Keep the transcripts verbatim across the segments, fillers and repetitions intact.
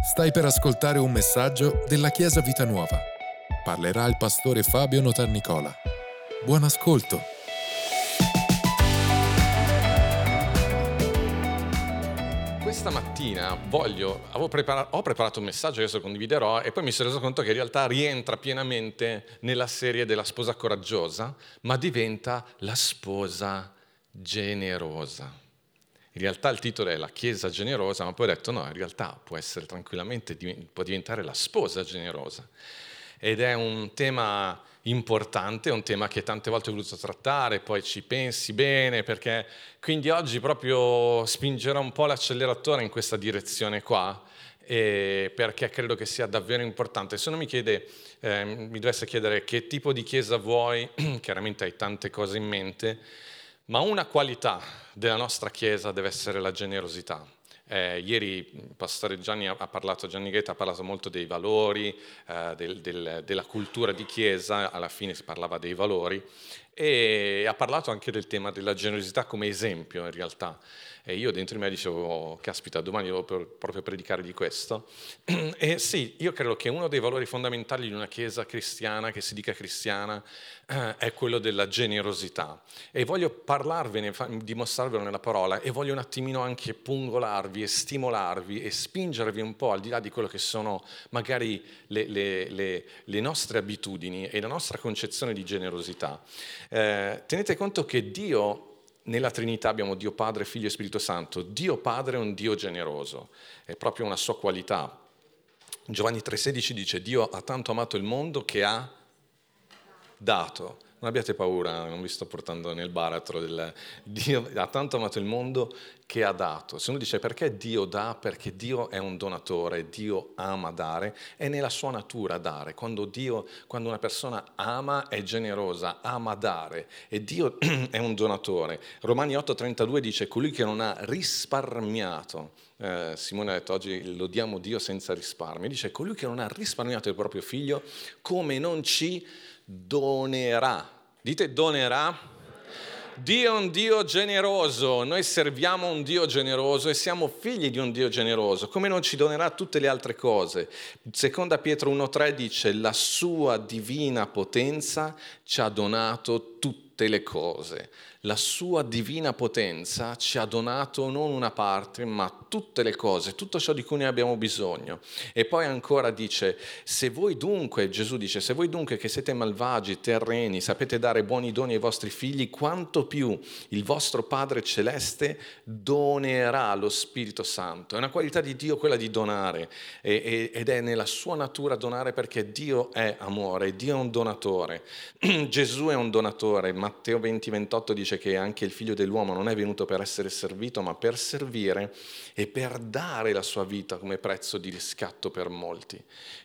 Stai per ascoltare un messaggio della Chiesa Vita Nuova. Parlerà il pastore Fabio Notarnicola. Buon ascolto. Questa mattina voglio, avevo preparato, ho preparato un messaggio che adesso condividerò e poi mi sono reso conto che in realtà rientra pienamente nella serie della sposa coraggiosa, ma diventa la sposa generosa. In realtà il titolo è La Chiesa generosa, ma poi ho detto no, in realtà può essere tranquillamente, può diventare la sposa generosa. Ed è un tema importante, è un tema che tante volte ho voluto trattare, poi ci pensi bene, perché quindi oggi proprio spingerò un po' l'acceleratore in questa direzione qua, e perché credo che sia davvero importante. Se uno mi chiede, eh, mi dovesse chiedere che tipo di chiesa vuoi, chiaramente hai tante cose in mente, ma una qualità della nostra Chiesa deve essere la generosità. Eh, ieri il pastore Gianni ha parlato, Gianni Ghetta ha parlato molto dei valori, eh, del, del, della cultura di Chiesa, alla fine si parlava dei valori, e ha parlato anche del tema della generosità come esempio in realtà. E io dentro di me dicevo, oh, caspita, domani devo proprio predicare di questo. E sì, io credo che uno dei valori fondamentali di una Chiesa cristiana, che si dica cristiana, eh, è quello della generosità. E voglio parlarvene, dimostrarvelo nella parola, e voglio un attimino anche pungolarvi e stimolarvi e spingervi un po' al di là di quello che sono magari le, le, le, le nostre abitudini e la nostra concezione di generosità. Eh, tenete conto che Dio... Nella Trinità abbiamo Dio Padre, Figlio e Spirito Santo. Dio Padre è un Dio generoso, è proprio una sua qualità. Giovanni tre sedici dice: Dio ha tanto amato il mondo che ha dato. Non abbiate paura, non vi sto portando nel baratro del... Dio ha tanto amato il mondo che ha dato. Se uno dice perché Dio dà, perché Dio è un donatore, Dio ama dare, è nella sua natura dare. Quando Dio, quando una persona ama è generosa, ama dare, e Dio è un donatore. Romani otto trentadue dice: colui che non ha risparmiato, eh, Simone ha detto oggi lodiamo Dio senza risparmio, dice colui che non ha risparmiato il proprio figlio, come non ci donerà. Dite donerà. Dio è un Dio generoso, noi serviamo un Dio generoso e siamo figli di un Dio generoso, come non ci donerà tutte le altre cose. Seconda Pietro uno tre dice: la sua divina potenza ci ha donato tutte le cose. La sua divina potenza ci ha donato non una parte, ma tutte le cose, tutto ciò di cui noi abbiamo bisogno. E poi ancora dice: se voi dunque, Gesù dice, se voi dunque che siete malvagi, terreni, sapete dare buoni doni ai vostri figli, quanto più il vostro Padre Celeste donerà lo Spirito Santo. È una qualità di Dio quella di donare, ed è nella sua natura donare, perché Dio è amore, Dio è un donatore. Gesù è un donatore. Matteo venti ventotto dice che anche il figlio dell'uomo non è venuto per essere servito, ma per servire e per dare la sua vita come prezzo di riscatto per molti.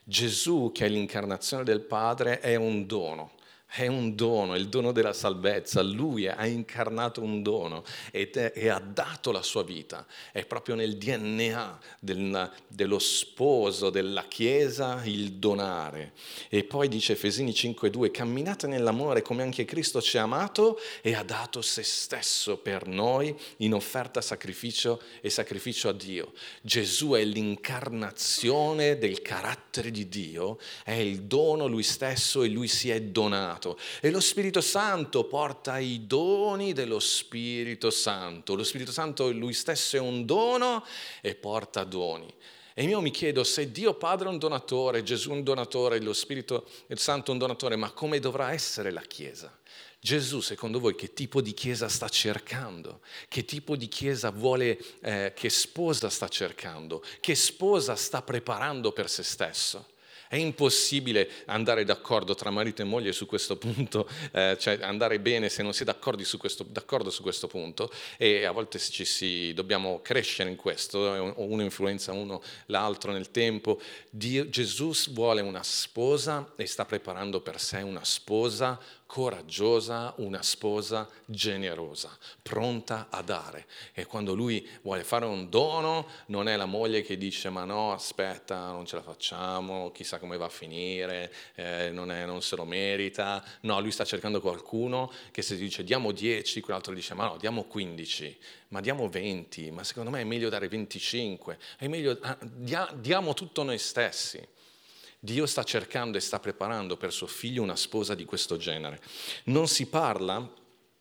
Gesù, che è l'incarnazione del Padre, è un dono. È un dono, il dono della salvezza. Lui ha incarnato un dono ed è, e ha dato la sua vita. È proprio nel D N A del, dello sposo, della Chiesa, il donare. E poi dice Efesini cinque due: camminate nell'amore come anche Cristo ci ha amato e ha dato se stesso per noi in offerta sacrificio e sacrificio a Dio. Gesù è l'incarnazione del carattere di Dio, è il dono lui stesso, e lui si è donato. E lo Spirito Santo porta i doni dello Spirito Santo. Lo Spirito Santo lui stesso è un dono e porta doni. E io mi chiedo, se Dio Padre è un donatore, Gesù è un donatore, lo Spirito Santo è un donatore, ma come dovrà essere la Chiesa? Gesù, secondo voi, che tipo di Chiesa sta cercando? Che tipo di Chiesa vuole, eh, che sposa sta cercando? Che sposa sta preparando per se stesso? È impossibile andare d'accordo tra marito e moglie su questo punto, eh, cioè andare bene se non si è d'accordo su questo, d'accordo su questo punto, e a volte ci si, dobbiamo crescere in questo, uno influenza uno l'altro nel tempo. Dio, Gesù vuole una sposa e sta preparando per sé una sposa coraggiosa, una sposa generosa, pronta a dare. E quando lui vuole fare un dono, non è la moglie che dice ma no, aspetta, non ce la facciamo, chissà come va a finire, eh, non, è, non se lo merita. No, lui sta cercando qualcuno che se dice diamo dieci, quell'altro dice ma no, diamo quindici, ma diamo venti, ma secondo me è meglio dare venticinque, è meglio, ah, dia, diamo tutto noi stessi. Dio sta cercando e sta preparando per suo figlio una sposa di questo genere. Non si parla,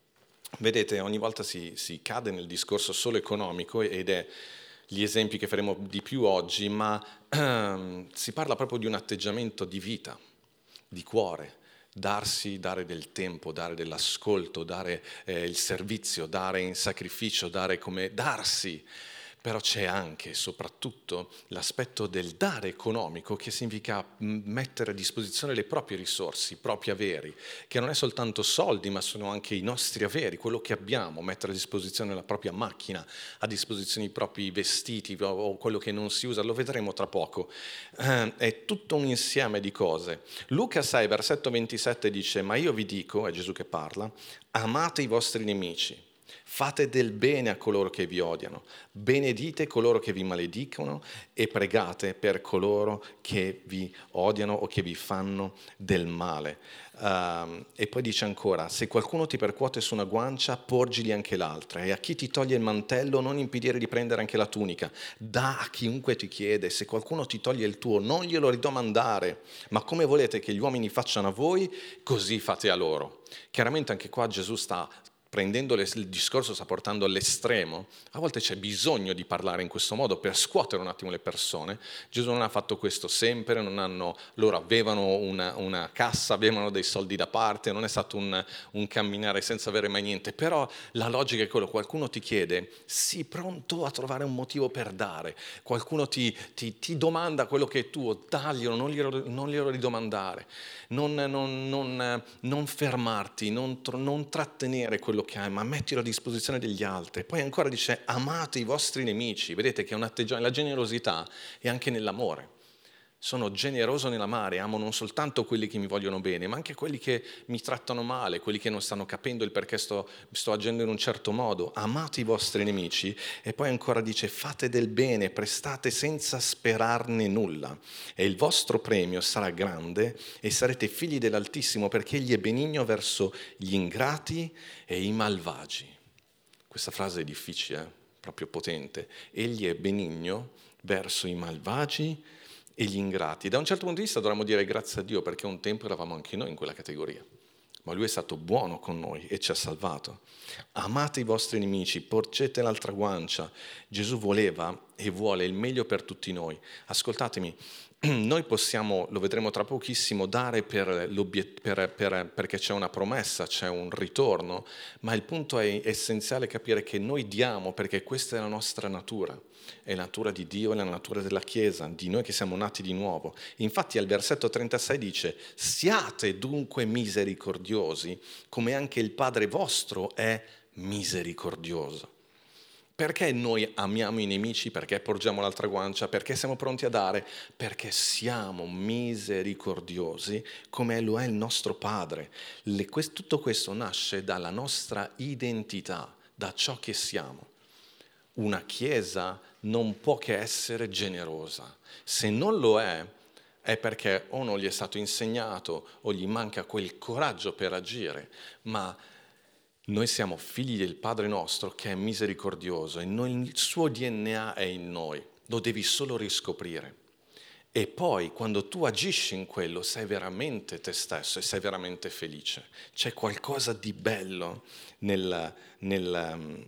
vedete, ogni volta si, si cade nel discorso solo economico ed è gli esempi che faremo di più oggi, ma ehm, si parla proprio di un atteggiamento di vita, di cuore. Darsi, dare del tempo, dare dell'ascolto, dare eh, il servizio, dare in sacrificio, dare come darsi. Però c'è anche e soprattutto l'aspetto del dare economico, che significa mettere a disposizione le proprie risorse, i propri averi, che non è soltanto soldi, ma sono anche i nostri averi, quello che abbiamo, mettere a disposizione la propria macchina, a disposizione i propri vestiti o quello che non si usa, lo vedremo tra poco. Eh, è tutto un insieme di cose. Luca sei, versetto ventisette dice: ma io vi dico, è Gesù che parla, amate i vostri nemici. Fate del bene a coloro che vi odiano, benedite coloro che vi maledicono e pregate per coloro che vi odiano o che vi fanno del male. Uh, e poi dice ancora: se qualcuno ti percuote su una guancia, porgili anche l'altra, e a chi ti toglie il mantello non impedire di prendere anche la tunica. Da a chiunque ti chiede, se qualcuno ti toglie il tuo non glielo ridomandare, ma come volete che gli uomini facciano a voi, così fate a loro. Chiaramente anche qua Gesù sta prendendo il discorso, sta portando all'estremo. A volte c'è bisogno di parlare in questo modo per scuotere un attimo le persone. Gesù non ha fatto questo sempre, non hanno, loro avevano una, una cassa, avevano dei soldi da parte, non è stato un, un camminare senza avere mai niente, però la logica è quello: qualcuno ti chiede, sii pronto a trovare un motivo per dare, qualcuno ti, ti, ti domanda quello che è tuo, daglielo, non glielo, non glielo ridomandare, non, non, non, non fermarti, non, non trattenere quello che hai, ma mettilo a disposizione degli altri. Poi ancora dice: amate i vostri nemici. Vedete che è un atteggiamento, la generosità è anche nell'amore. Sono generoso nell'amare, amo non soltanto quelli che mi vogliono bene, ma anche quelli che mi trattano male, quelli che non stanno capendo il perché sto, sto agendo in un certo modo. Amate i vostri nemici. E poi ancora dice: fate del bene, prestate senza sperarne nulla, e il vostro premio sarà grande e sarete figli dell'Altissimo, perché egli è benigno verso gli ingrati e i malvagi. Questa frase è difficile, eh? Proprio potente. Egli è benigno verso i malvagi e gli ingrati. Da un certo punto di vista dovremmo dire grazie a Dio, perché un tempo eravamo anche noi in quella categoria, ma Lui è stato buono con noi e ci ha salvato. Amate i vostri nemici, porgete l'altra guancia. Gesù voleva e vuole il meglio per tutti noi. Ascoltatemi, noi possiamo, lo vedremo tra pochissimo, dare per per, per, perché c'è una promessa, c'è un ritorno, ma il punto è essenziale capire che noi diamo perché questa è la nostra natura. È la natura di Dio, è la natura della Chiesa, di noi che siamo nati di nuovo. Infatti al versetto trentasei dice: siate dunque misericordiosi, come anche il Padre vostro è misericordioso. Perché noi amiamo i nemici? Perché porgiamo l'altra guancia? Perché siamo pronti a dare? Perché siamo misericordiosi come lo è il nostro Padre. Le, questo, tutto questo nasce dalla nostra identità, da ciò che siamo. Una Chiesa non può che essere generosa. Se non lo è, è perché o non gli è stato insegnato o gli manca quel coraggio per agire, ma noi siamo figli del Padre nostro che è misericordioso e noi, il suo D N A è in noi, lo devi solo riscoprire. E poi quando tu agisci in quello sei veramente te stesso e sei veramente felice. C'è qualcosa di bello nel, nel,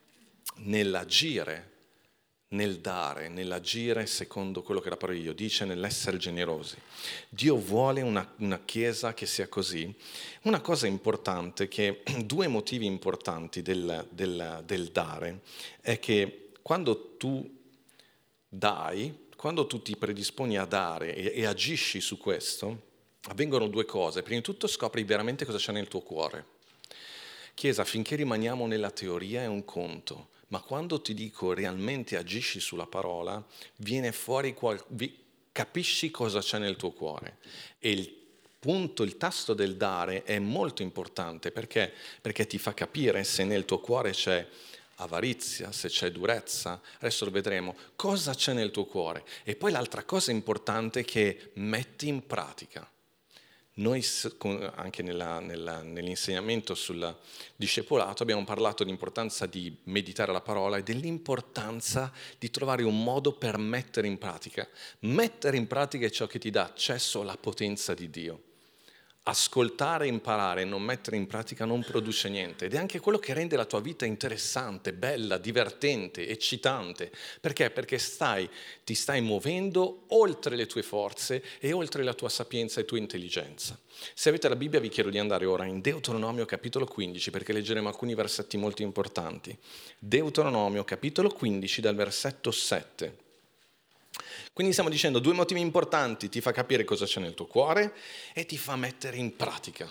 nell'agire, nel dare, nell'agire secondo quello che la parola di Dio dice, nell'essere generosi. Dio vuole una, una Chiesa che sia così. Una cosa importante, che due motivi importanti del, del, del dare, è che quando tu dai, quando tu ti predisponi a dare e, e agisci su questo, avvengono due cose. Prima di tutto scopri veramente cosa c'è nel tuo cuore. Chiesa, finché rimaniamo nella teoria è un conto, ma quando ti dico realmente agisci sulla parola, viene fuori, qual- vi- capisci cosa c'è nel tuo cuore. E il punto il tasto del dare è molto importante, perché? Perché ti fa capire se nel tuo cuore c'è avarizia, se c'è durezza, adesso lo vedremo, cosa c'è nel tuo cuore. E poi l'altra cosa importante è che metti in pratica. Noi anche nella, nella, nell'insegnamento sul discepolato abbiamo parlato dell'importanza di meditare la parola e dell'importanza di trovare un modo per mettere in pratica. Mettere in pratica è ciò che ti dà accesso alla potenza di Dio. Ascoltare, imparare e non mettere in pratica non produce niente, ed è anche quello che rende la tua vita interessante, bella, divertente, eccitante. Perché? Perché stai, ti stai muovendo oltre le tue forze e oltre la tua sapienza e tua intelligenza. Se avete la Bibbia vi chiedo di andare ora in Deuteronomio capitolo quindici, perché leggeremo alcuni versetti molto importanti. Deuteronomio capitolo quindici dal versetto sette. Quindi stiamo dicendo due motivi importanti: ti fa capire cosa c'è nel tuo cuore e ti fa mettere in pratica.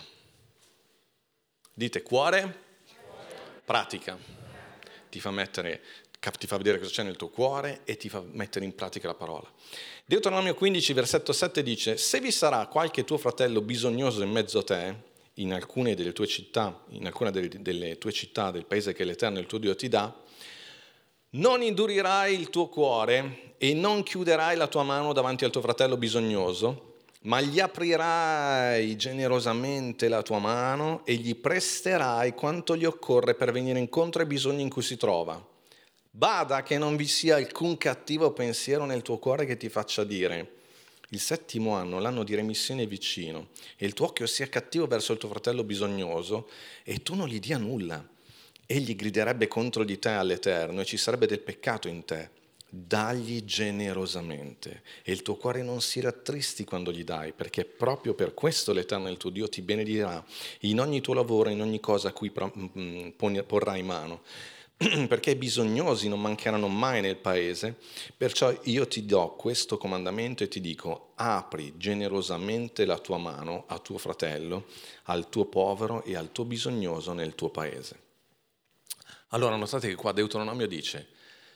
Dite cuore, pratica. Ti fa mettere, ti fa vedere cosa c'è nel tuo cuore e ti fa mettere in pratica la parola. Deuteronomio quindici, versetto sette dice: se vi sarà qualche tuo fratello bisognoso in mezzo a te, in alcune delle tue città, in alcune delle, delle tue città del paese che l'Eterno il tuo Dio ti dà, non indurirai il tuo cuore e non chiuderai la tua mano davanti al tuo fratello bisognoso, ma gli aprirai generosamente la tua mano e gli presterai quanto gli occorre per venire incontro ai bisogni in cui si trova. Bada che non vi sia alcun cattivo pensiero nel tuo cuore che ti faccia dire: il settimo anno, l'anno di remissione è vicino, e il tuo occhio sia cattivo verso il tuo fratello bisognoso e tu non gli dia nulla. Egli griderebbe contro di te all'Eterno e ci sarebbe del peccato in te. Dagli generosamente e il tuo cuore non si rattristi quando gli dai, perché proprio per questo l'Eterno il tuo Dio ti benedirà in ogni tuo lavoro, in ogni cosa a cui porrai mano. Perché i bisognosi non mancheranno mai nel paese, perciò io ti do questo comandamento e ti dico: apri generosamente la tua mano a tuo fratello, al tuo povero e al tuo bisognoso nel tuo paese. Allora notate che qua Deuteronomio dice,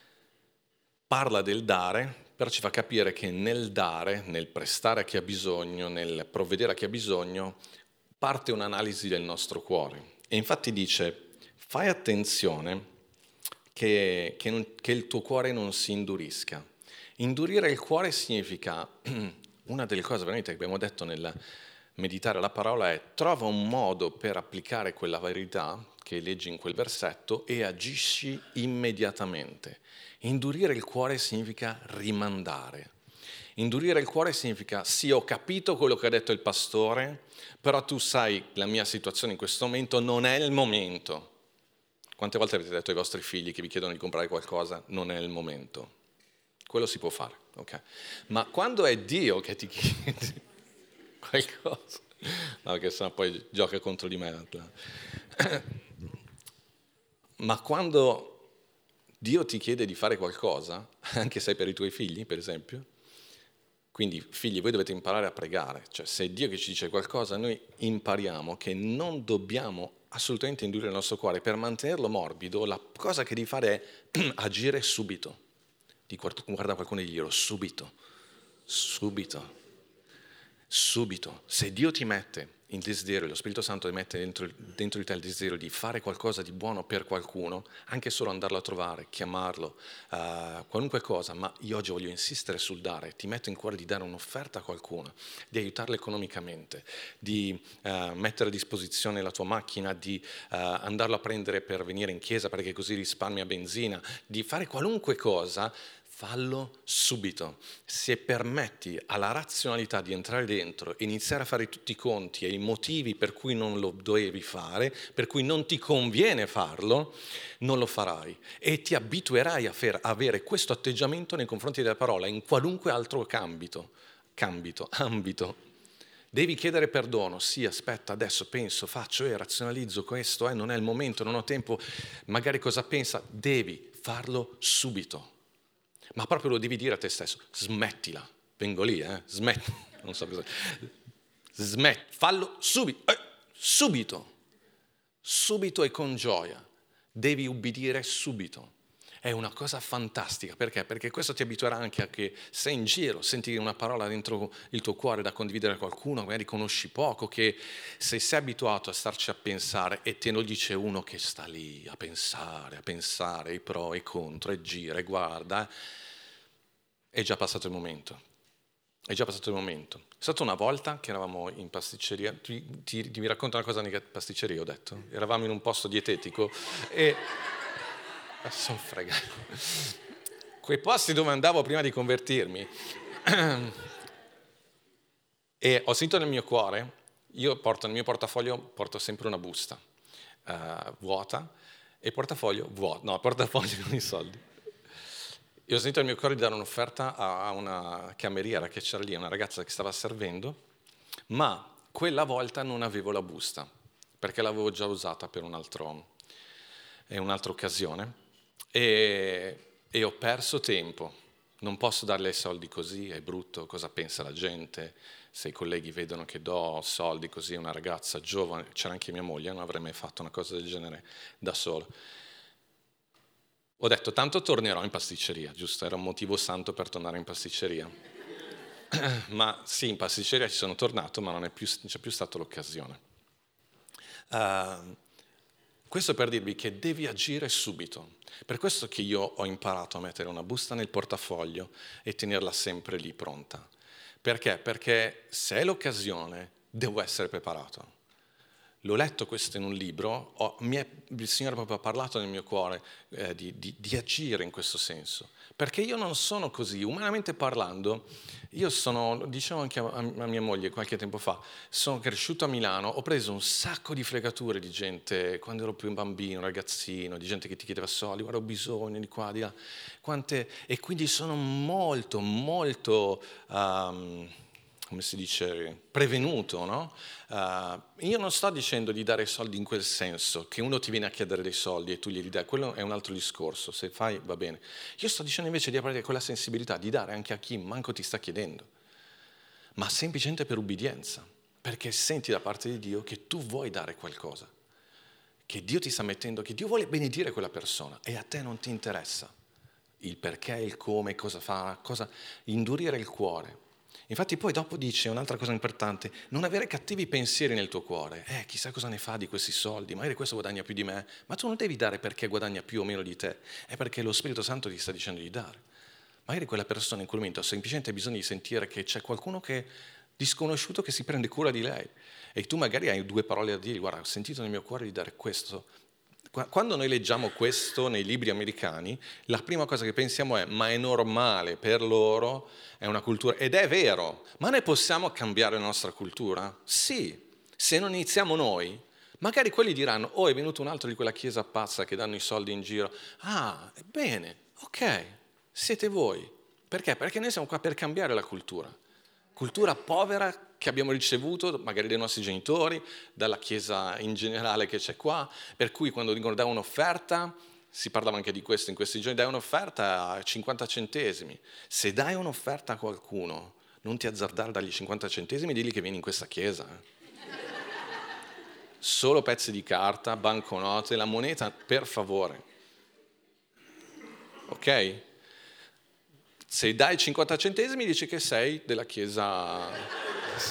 parla del dare, però ci fa capire che nel dare, nel prestare a chi ha bisogno, nel provvedere a chi ha bisogno, parte un'analisi del nostro cuore. E infatti dice: fai attenzione che, che, non, che il tuo cuore non si indurisca. Indurire il cuore significa, una delle cose veramente che abbiamo detto nel meditare la parola è: trova un modo per applicare quella verità che leggi in quel versetto e agisci immediatamente. Indurire il cuore significa rimandare. Indurire il cuore significa: sì, ho capito quello che ha detto il pastore, però tu sai la mia situazione in questo momento non è il momento. Quante volte avete detto ai vostri figli che vi chiedono di comprare qualcosa: non è il momento? Quello si può fare, ok? Ma quando è Dio che ti chiede qualcosa, no, che sennò poi gioca contro di me. Ma quando Dio ti chiede di fare qualcosa, anche se è per i tuoi figli, per esempio, quindi figli, voi dovete imparare a pregare, cioè se è Dio che ci dice qualcosa, noi impariamo che non dobbiamo assolutamente indurre il nostro cuore. Per mantenerlo morbido, la cosa che devi fare è agire subito. Di guarda qualcuno e gli dirò: subito, subito, subito. Se Dio ti mette il desiderio, lo Spirito Santo ti mette dentro, dentro di te il desiderio di fare qualcosa di buono per qualcuno, anche solo andarlo a trovare, chiamarlo, uh, qualunque cosa, ma io oggi voglio insistere sul dare, ti metto in cuore di dare un'offerta a qualcuno, di aiutarlo economicamente, di uh, mettere a disposizione la tua macchina, di uh, andarlo a prendere per venire in chiesa perché così risparmia benzina, di fare qualunque cosa. Fallo subito. Se permetti alla razionalità di entrare dentro e iniziare a fare tutti i conti e i motivi per cui non lo dovevi fare, per cui non ti conviene farlo, non lo farai e ti abituerai a fer- avere questo atteggiamento nei confronti della parola in qualunque altro cambito, cambito, ambito. Devi chiedere perdono. Sì, aspetta, adesso penso, faccio e eh, razionalizzo questo, eh, non è il momento, non ho tempo, magari cosa pensa? Devi farlo subito. Ma proprio lo devi dire a te stesso: smettila, vengo lì, eh, smetti, non so cosa, smetti, fallo subito, eh, subito, subito e con gioia, devi ubbidire subito. È una cosa fantastica, perché? Perché questo ti abituerà anche a che sei in giro, senti una parola dentro il tuo cuore da condividere a qualcuno, magari conosci poco, che se sei abituato a starci a pensare e te lo dice uno che sta lì a pensare, a pensare i pro e i contro, e gira e guarda, è già passato il momento. È già passato il momento. È stata una volta che eravamo in pasticceria, ti, ti, ti mi racconto una cosa in pasticceria, ho detto. Eravamo in un posto dietetico e... sono fregato. Quei posti dove andavo prima di convertirmi. E ho sentito nel mio cuore, io porto nel mio portafoglio, porto sempre una busta uh, vuota e portafoglio vuoto, no, portafoglio con i soldi. E ho sentito nel mio cuore di dare un'offerta a una cameriera che c'era lì, una ragazza che stava servendo, ma quella volta non avevo la busta, perché l'avevo già usata per un altro, eh, un'altra occasione, e, e ho perso tempo. Non posso darle i soldi così, è brutto, cosa pensa la gente? Se i colleghi vedono che do soldi così a una ragazza giovane, c'era anche mia moglie, non avrei mai fatto una cosa del genere da solo. Ho detto, tanto tornerò in pasticceria, giusto? Era un motivo santo per tornare in pasticceria. Ma sì, in pasticceria ci sono tornato, ma non, è più, non c'è più stata l'occasione. Uh, questo per dirvi che devi agire subito. Per questo che io ho imparato a mettere una busta nel portafoglio e tenerla sempre lì pronta. Perché? Perché se è l'occasione, devo essere preparato. L'ho letto questo in un libro, ho, mi è, il Signore proprio ha parlato nel mio cuore eh, di, di, di agire in questo senso. Perché io non sono così, umanamente parlando, io sono, dicevo anche a, a mia moglie qualche tempo fa, sono cresciuto a Milano, ho preso un sacco di fregature di gente, quando ero più un bambino, un ragazzino, di gente che ti chiedeva soldi, guarda ho bisogno di qua, di là, quante, e quindi sono molto, molto... Um, come si dice, prevenuto, no? Uh, io non sto dicendo di dare soldi in quel senso, che uno ti viene a chiedere dei soldi e tu glieli dai, quello è un altro discorso, se fai va bene. Io sto dicendo invece di avere quella sensibilità, di dare anche a chi manco ti sta chiedendo, ma semplicemente per ubbidienza, perché senti da parte di Dio che tu vuoi dare qualcosa, che Dio ti sta mettendo, che Dio vuole benedire quella persona e a te non ti interessa il perché, il come, cosa fa, cosa indurire il cuore. Infatti poi dopo dice un'altra cosa importante, non avere cattivi pensieri nel tuo cuore. Eh, chissà cosa ne fa di questi soldi, magari questo guadagna più di me, ma tu non devi dare perché guadagna più o meno di te, è perché lo Spirito Santo ti sta dicendo di dare. Magari quella persona in quel momento ha semplicemente bisogno di sentire che c'è qualcuno che disconosciuto che si prende cura di lei e tu magari hai due parole da dire, guarda, ho sentito nel mio cuore di dare questo. Quando noi leggiamo questo nei libri americani, la prima cosa che pensiamo è ma è normale per loro, è una cultura, ed è vero, ma noi possiamo cambiare la nostra cultura? Sì, se non iniziamo noi, magari quelli diranno oh è venuto un altro di quella chiesa pazza che danno i soldi in giro, ah, bene, ok, siete voi, perché? Perché noi siamo qua per cambiare la cultura, cultura povera che abbiamo ricevuto magari dai nostri genitori, dalla Chiesa in generale che c'è qua, per cui quando dicono dai un'offerta, si parlava anche di questo in questi giorni, dai un'offerta a cinquanta centesimi. Se dai un'offerta a qualcuno, non ti azzardare dagli cinquanta centesimi e digli che vieni in questa chiesa. Solo pezzi di carta, banconote, la moneta, per favore. Ok? Se dai cinquanta centesimi dici che sei della chiesa...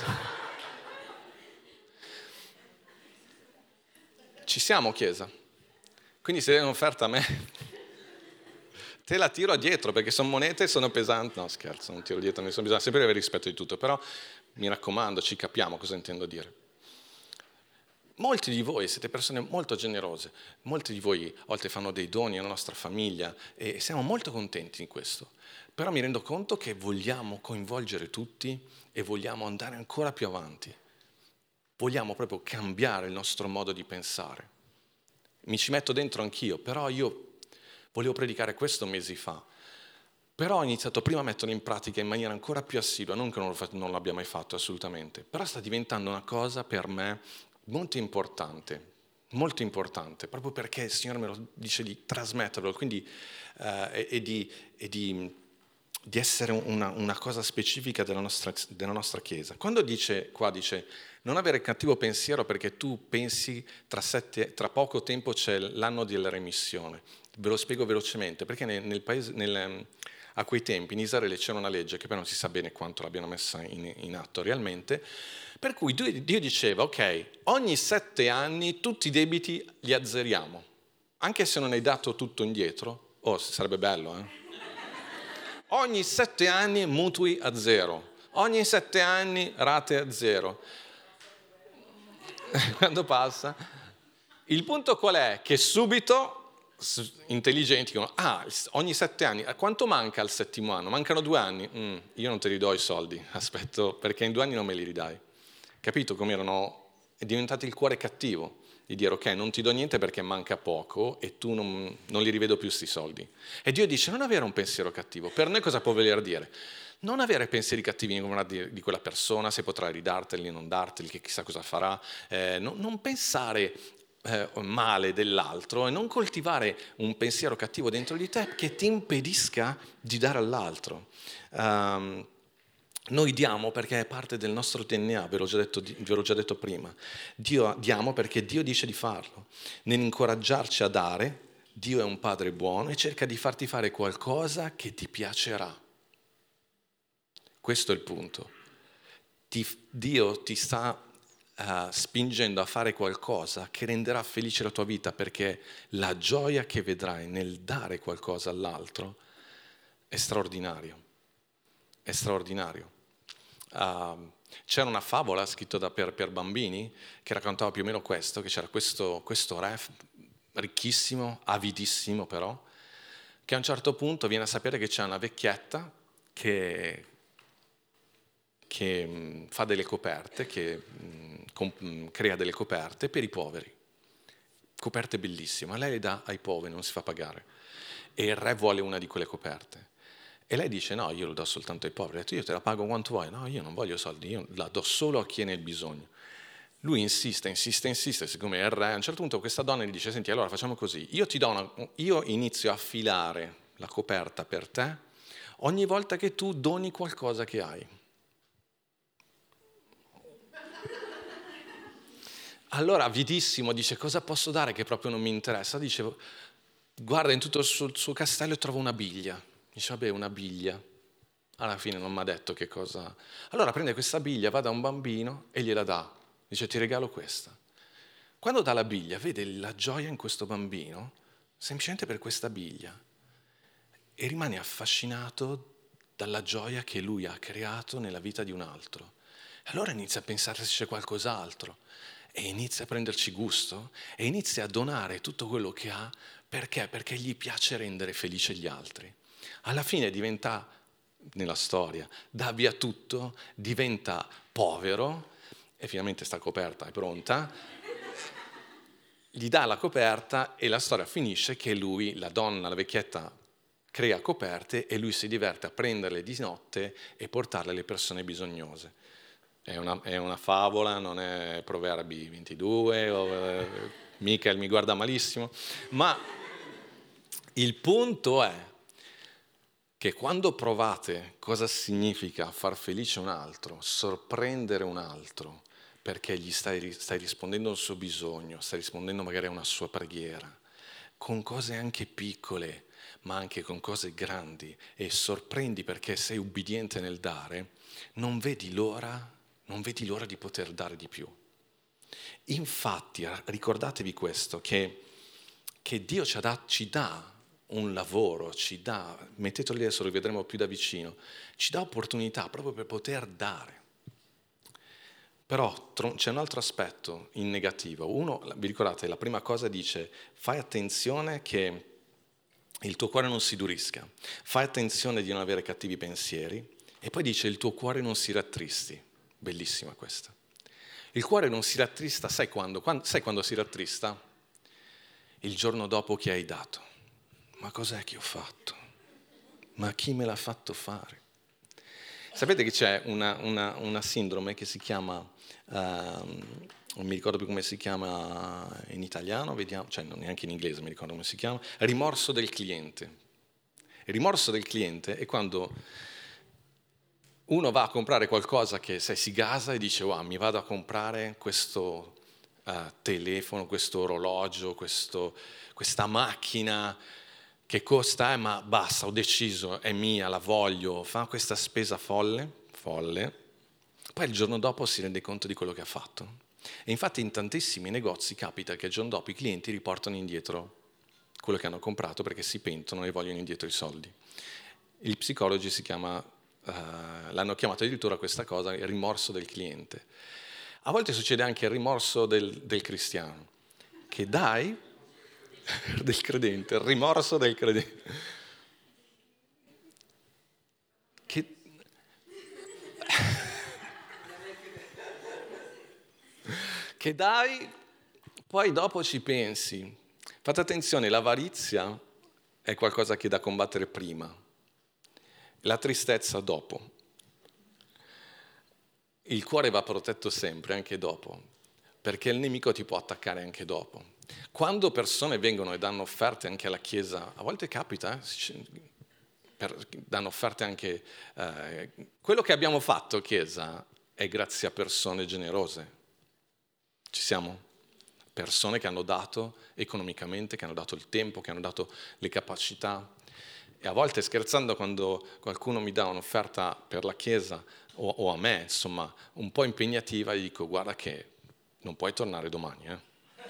Ci siamo, Chiesa. Quindi se dai un'offerta a me, te la tiro dietro, perché sono monete e sono pesanti. No, scherzo, non tiro dietro nessuno, bisogna sempre avere rispetto di tutto, però mi raccomando, ci capiamo cosa intendo dire. Molti di voi siete persone molto generose, molti di voi a volte fanno dei doni alla nostra famiglia e siamo molto contenti di questo. Però mi rendo conto che vogliamo coinvolgere tutti e vogliamo andare ancora più avanti. Vogliamo proprio cambiare il nostro modo di pensare. Mi ci metto dentro anch'io, però io volevo predicare questo mesi fa. Però ho iniziato prima a metterlo in pratica in maniera ancora più assidua, non che non, lo fa- non l'abbia mai fatto assolutamente, però sta diventando una cosa per me molto importante, molto importante, proprio perché il Signore me lo dice di trasmetterlo, quindi eh, e, e di... E di di essere una, una cosa specifica della nostra, della nostra Chiesa. Quando dice, qua dice, non avere cattivo pensiero perché tu pensi tra, sette, tra poco tempo c'è l'anno della remissione. Ve lo spiego velocemente, perché nel, nel paese, nel, a quei tempi in Israele c'era una legge, che però non si sa bene quanto l'abbiano messa in, in atto realmente, per cui Dio diceva, ok, ogni sette anni tutti i debiti li azzeriamo, anche se non hai dato tutto indietro. Oh, sarebbe bello, eh? Ogni sette anni mutui a zero, ogni sette anni rate a zero. Quando passa? Il punto qual è? Che subito intelligenti dicono, ah, ogni sette anni, quanto manca al settimo anno? Mancano due anni? Mm, io non te li do i soldi, aspetto, perché in due anni non me li ridai. Capito come erano? È diventato il cuore cattivo di dire, ok, non ti do niente perché manca poco e tu non, non li rivedo più sti soldi. E Dio dice, non avere un pensiero cattivo. Per noi cosa può voler dire? Non avere pensieri cattivi di quella persona, se potrà ridarteli, non darteli, che chissà cosa farà. Eh, non, non pensare eh, male dell'altro e non coltivare un pensiero cattivo dentro di te che ti impedisca di dare all'altro. Um, Noi diamo perché è parte del nostro D N A, ve l'ho già detto, ve l'ho già detto prima. Dio, diamo perché Dio dice di farlo. Nell'incoraggiarci a dare, Dio è un Padre buono e cerca di farti fare qualcosa che ti piacerà. Questo è il punto. Ti, Dio ti sta uh, spingendo a fare qualcosa che renderà felice la tua vita, perché la gioia che vedrai nel dare qualcosa all'altro è straordinario. È straordinario. Uh, c'era una favola scritta da, per, per bambini che raccontava più o meno questo, che c'era questo, questo re ricchissimo, avidissimo però, che a un certo punto viene a sapere che c'è una vecchietta che, che mh, fa delle coperte, che mh, com, crea delle coperte per i poveri, coperte bellissime, lei le dà ai poveri, non si fa pagare, e il re vuole una di quelle coperte. E lei dice, no, io lo do soltanto ai poveri. Ha detto, io te la pago quanto vuoi. No, io non voglio soldi, io la do solo a chi è nel bisogno. Lui insiste, insiste, insiste, siccome è il re. A un certo punto questa donna gli dice, senti, allora facciamo così. Io ti do una, io inizio a filare la coperta per te ogni volta che tu doni qualcosa che hai. Allora, avidissimo, dice, cosa posso dare che proprio non mi interessa? Dice, guarda in tutto il suo, il suo castello e trova una biglia. Dice, vabbè, una biglia. Alla fine non mi ha detto che cosa. Allora prende questa biglia, va da un bambino e gliela dà. Dice, ti regalo questa. Quando dà la biglia, vede la gioia in questo bambino, semplicemente per questa biglia. E rimane affascinato dalla gioia che lui ha creato nella vita di un altro. E allora inizia a pensare se c'è qualcos'altro. E inizia a prenderci gusto. E inizia a donare tutto quello che ha. Perché? Perché gli piace rendere felice gli altri. Alla fine diventa, nella storia, dà via tutto, diventa povero e finalmente sta coperta è pronta, gli dà la coperta e la storia finisce che lui, la donna, la vecchietta, crea coperte e lui si diverte a prenderle di notte e portarle alle persone bisognose. È una, è una favola, non è Proverbi ventidue, o, eh, Michael mi guarda malissimo, ma il punto è che quando provate cosa significa far felice un altro, sorprendere un altro, perché gli stai, stai rispondendo al suo bisogno, stai rispondendo magari a una sua preghiera, con cose anche piccole, ma anche con cose grandi, e sorprendi perché sei ubbidiente nel dare, non vedi l'ora, non vedi l'ora di poter dare di più. Infatti, ricordatevi questo, che, che Dio ci, ha dat, ci dà un lavoro, ci dà, mettetelo lì adesso, lo vedremo più da vicino, ci dà opportunità proprio per poter dare. Però c'è un altro aspetto in negativo. Uno, vi ricordate, la prima cosa dice, fai attenzione che il tuo cuore non si durisca, fai attenzione di non avere cattivi pensieri, e poi dice il tuo cuore non si rattristi. Bellissima questa. Il cuore non si rattrista, sai quando? quando? Sai quando si rattrista? Il giorno dopo che hai dato. Ma cos'è che ho fatto? Ma chi me l'ha fatto fare? Sapete che c'è una, una, una sindrome che si chiama, uh, non mi ricordo più come si chiama in italiano, vediamo, cioè non neanche in inglese mi ricordo come si chiama, rimorso del cliente. Il rimorso del cliente è quando uno va a comprare qualcosa che se si gasa e dice, wow, mi vado a comprare questo uh, telefono, questo orologio, questo, questa macchina, che costa, eh, ma basta, ho deciso, è mia, la voglio, fa questa spesa folle, folle, poi il giorno dopo si rende conto di quello che ha fatto. E infatti in tantissimi negozi capita che il giorno dopo i clienti riportano indietro quello che hanno comprato perché si pentono e vogliono indietro i soldi. Gli psicologi si chiama, uh, l'hanno chiamato addirittura questa cosa il rimorso del cliente. A volte succede anche il rimorso del, del cristiano, che dai, del credente, il rimorso del credente, che... che dai, poi dopo ci pensi. Fate attenzione, l'avarizia è qualcosa che è da combattere prima, la tristezza dopo. Il cuore va protetto sempre, anche dopo, perché il nemico ti può attaccare anche dopo. Quando persone vengono e danno offerte anche alla Chiesa, a volte capita, eh, per, danno offerte anche... Eh, quello che abbiamo fatto, Chiesa, è grazie a persone generose. Ci siamo? Persone che hanno dato economicamente, che hanno dato il tempo, che hanno dato le capacità. E a volte scherzando, quando qualcuno mi dà un'offerta per la Chiesa o, o a me, insomma, un po' impegnativa, gli dico guarda che non puoi tornare domani. Eh?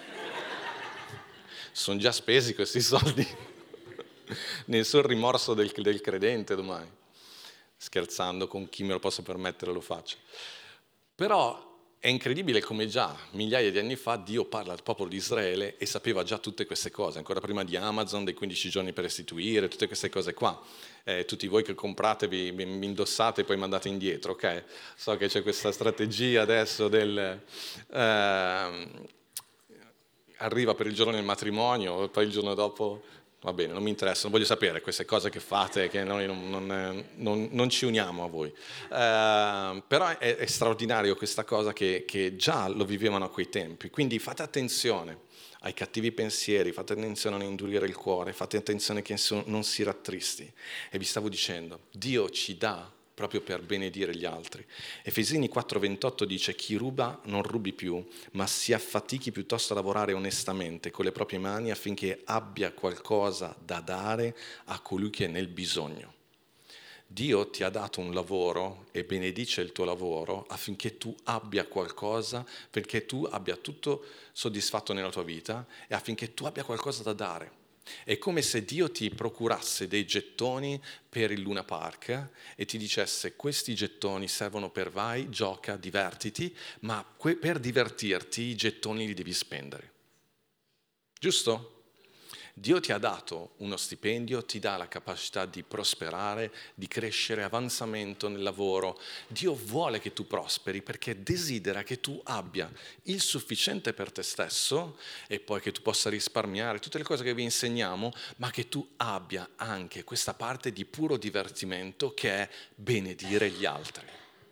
Sono già spesi questi soldi. Nessun rimorso del, del credente domani. Scherzando, con chi me lo posso permettere lo faccio. Però è incredibile come già migliaia di anni fa Dio parla al popolo di Israele e sapeva già tutte queste cose, ancora prima di Amazon, dei quindici giorni per restituire, tutte queste cose qua. Eh, tutti voi che comprate vi, vi indossate e poi mandate indietro, ok? So che c'è questa strategia adesso del... Eh, arriva per il giorno del matrimonio e poi il giorno dopo... Va bene, non mi interessa, non voglio sapere queste cose che fate, che noi non, non, non, non ci uniamo a voi. Uh, però è, è straordinario questa cosa che, che già lo vivevano a quei tempi. Quindi fate attenzione ai cattivi pensieri, fate attenzione a non indurire il cuore, fate attenzione che non si rattristi. E vi stavo dicendo, Dio ci dà proprio per benedire gli altri. Efesini quattro ventotto dice: chi ruba non rubi più, ma si affatichi piuttosto a lavorare onestamente con le proprie mani affinché abbia qualcosa da dare a colui che è nel bisogno. Dio ti ha dato un lavoro e benedice il tuo lavoro affinché tu abbia qualcosa, perché tu abbia tutto soddisfatto nella tua vita e affinché tu abbia qualcosa da dare. È come se Dio ti procurasse dei gettoni per il Luna Park e ti dicesse: questi gettoni servono per vai, gioca, divertiti, ma per divertirti i gettoni li devi spendere. Giusto? Dio ti ha dato uno stipendio, ti dà la capacità di prosperare, di crescere, avanzamento nel lavoro. Dio vuole che tu prosperi perché desidera che tu abbia il sufficiente per te stesso e poi che tu possa risparmiare, tutte le cose che vi insegniamo, ma che tu abbia anche questa parte di puro divertimento che è benedire gli altri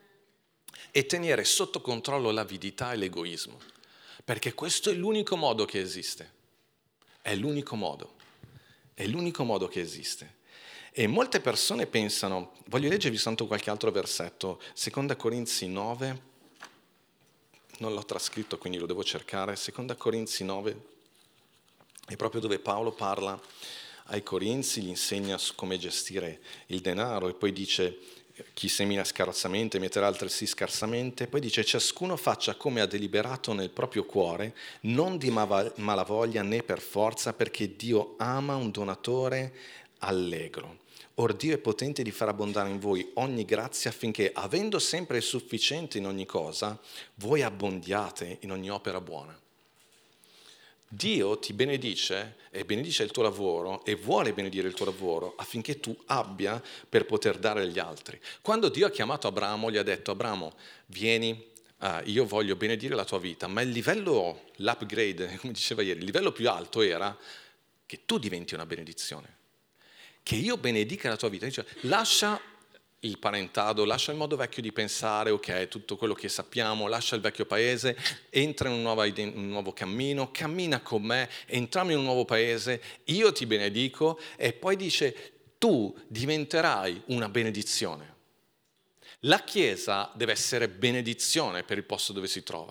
e tenere sotto controllo l'avidità e l'egoismo, perché questo è l'unico modo che esiste. È l'unico modo, è l'unico modo che esiste. E molte persone pensano, voglio leggervi soltanto qualche altro versetto, seconda Corinzi nove, non l'ho trascritto quindi lo devo cercare, seconda Corinzi nove, è proprio dove Paolo parla ai Corinzi, gli insegna su come gestire il denaro e poi dice: chi semina scarsamente metterà altresì scarsamente. Poi dice: ciascuno faccia come ha deliberato nel proprio cuore, non di malavoglia né per forza, perché Dio ama un donatore allegro. Or Dio è potente di far abbondare in voi ogni grazia, affinché, avendo sempre il sufficiente in ogni cosa, voi abbondiate in ogni opera buona. Dio ti benedice e benedice il tuo lavoro e vuole benedire il tuo lavoro affinché tu abbia per poter dare agli altri. Quando Dio ha chiamato Abramo, gli ha detto: Abramo, vieni, uh, io voglio benedire la tua vita, ma il livello, l'upgrade, come diceva ieri, il livello più alto era che tu diventi una benedizione, che io benedica la tua vita. Dice, lascia il parentado, lascia il modo vecchio di pensare, ok, tutto quello che sappiamo, lascia il vecchio paese, entra in un nuovo, un nuovo cammino, cammina con me, entriamo in un nuovo paese, io ti benedico, e poi dice: tu diventerai una benedizione. La Chiesa deve essere benedizione per il posto dove si trova.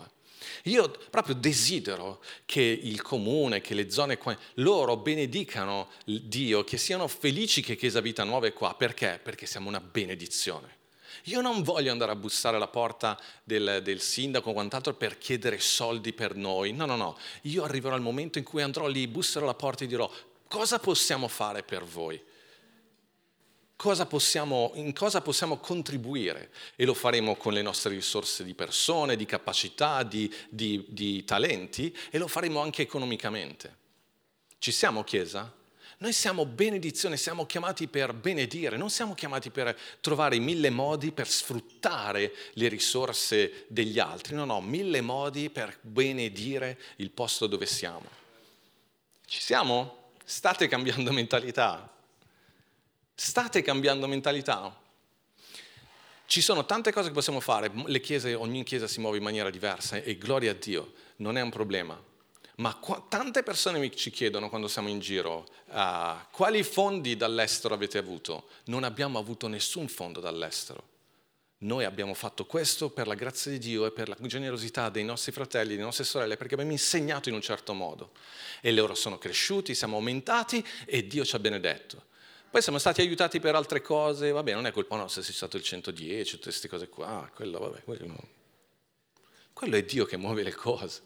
Io proprio desidero che il comune, che le zone qua, loro benedicano Dio, che siano felici che Chiesa Vita Nuova è qua. Perché? Perché siamo una benedizione. Io non voglio andare a bussare alla porta del, del sindaco o quant'altro per chiedere soldi per noi. No, no, no. Io arriverò al momento in cui andrò lì, busserò alla porta e dirò: cosa possiamo fare per voi? Cosa possiamo, in cosa possiamo contribuire? E lo faremo con le nostre risorse di persone, di capacità, di, di, di talenti, e lo faremo anche economicamente. Ci siamo, Chiesa? Noi siamo benedizione, siamo chiamati per benedire, non siamo chiamati per trovare mille modi per sfruttare le risorse degli altri, no, no, mille modi per benedire il posto dove siamo. Ci siamo? State cambiando mentalità. State cambiando mentalità. Ci sono tante cose che possiamo fare, le chiese, ogni chiesa si muove in maniera diversa e gloria a Dio, non è un problema. Ma qua, tante persone mi ci chiedono quando siamo in giro, uh, quali fondi dall'estero avete avuto? Non abbiamo avuto nessun fondo dall'estero. Noi abbiamo fatto questo per la grazia di Dio e per la generosità dei nostri fratelli, delle nostre sorelle, perché abbiamo insegnato in un certo modo. E loro sono cresciuti, siamo aumentati e Dio ci ha benedetto. Poi siamo stati aiutati per altre cose, vabbè, non è colpa nostra se sei stato il centodieci, tutte queste cose qua, quello, vabbè, quello, no. Quello è Dio che muove le cose.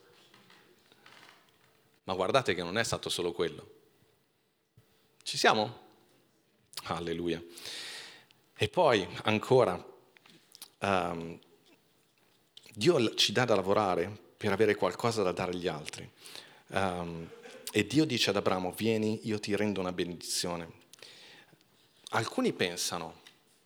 Ma guardate che non è stato solo quello. Ci siamo? Alleluia. E poi, ancora, um, Dio ci dà da lavorare per avere qualcosa da dare agli altri. Um, e Dio dice ad Abramo: vieni, io ti rendo una benedizione. Alcuni pensano,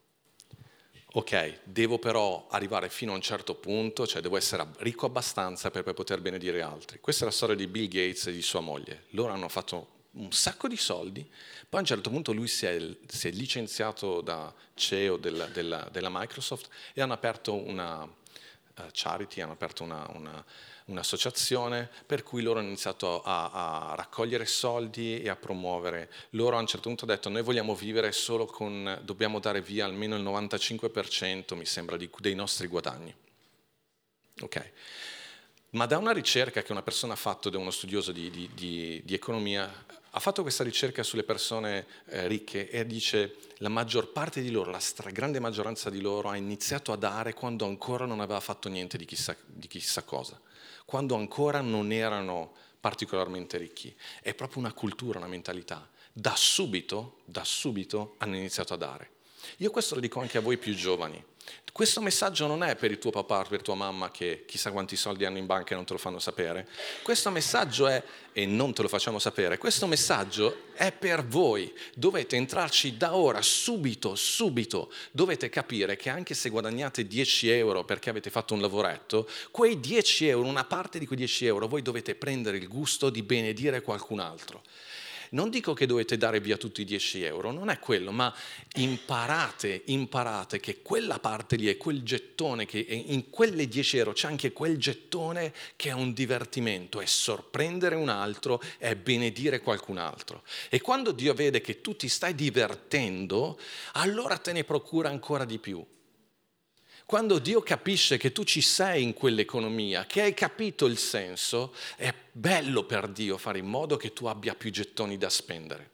ok, devo però arrivare fino a un certo punto, cioè devo essere ricco abbastanza per poter benedire altri. Questa è la storia di Bill Gates e di sua moglie. Loro hanno fatto un sacco di soldi, poi a un certo punto lui si è, si è licenziato da C E O della, della, della Microsoft e hanno aperto una uh, charity, hanno aperto una... una un'associazione per cui loro hanno iniziato a, a raccogliere soldi e a promuovere. Loro a un certo punto hanno detto: noi vogliamo vivere solo con, dobbiamo dare via almeno il novantacinque per cento, mi sembra, di, dei nostri guadagni. Ok. Ma da una ricerca che una persona ha fatto, da uno studioso di, di, di, di economia, ha fatto questa ricerca sulle persone eh, ricche e dice: la maggior parte di loro, la stragrande maggioranza di loro ha iniziato a dare quando ancora non aveva fatto niente di chissà, di chissà cosa, quando ancora non erano particolarmente ricchi. È proprio una cultura, una mentalità. Da subito, da subito hanno iniziato a dare. Io questo lo dico anche a voi più giovani. Questo messaggio non è per il tuo papà, per tua mamma che chissà quanti soldi hanno in banca e non te lo fanno sapere. Questo messaggio è, e non te lo facciamo sapere, questo messaggio è per voi. Dovete entrarci da ora, subito, subito. Dovete capire che anche se guadagnate dieci euro perché avete fatto un lavoretto, quei dieci euro, una parte di quei dieci euro, voi dovete prendere il gusto di benedire qualcun altro. Non dico che dovete dare via tutti i dieci euro, non è quello, ma imparate, imparate che quella parte lì è quel gettone, che in quelle dieci euro c'è anche quel gettone che è un divertimento, è sorprendere un altro, è benedire qualcun altro. E quando Dio vede che tu ti stai divertendo, allora te ne procura ancora di più. Quando Dio capisce che tu ci sei in quell'economia, che hai capito il senso, è bello per Dio fare in modo che tu abbia più gettoni da spendere.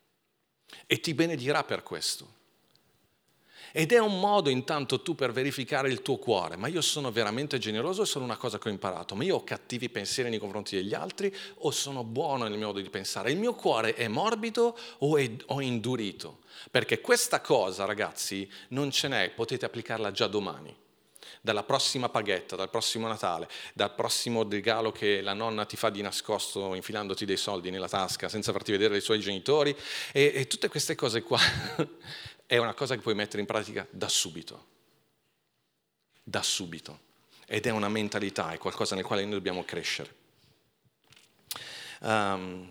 E ti benedirà per questo. Ed è un modo intanto tu per verificare il tuo cuore. Ma io sono veramente generoso o è solo una cosa che ho imparato? Ma io ho cattivi pensieri nei confronti degli altri o sono buono nel mio modo di pensare? Il mio cuore è morbido o è o indurito? Perché questa cosa, ragazzi, non ce n'è, potete applicarla già domani. Dalla prossima paghetta, dal prossimo Natale, dal prossimo regalo che la nonna ti fa di nascosto infilandoti dei soldi nella tasca senza farti vedere i suoi genitori e, e tutte queste cose qua è una cosa che puoi mettere in pratica da subito. Da subito. Ed è una mentalità, è qualcosa nel quale noi dobbiamo crescere. Um,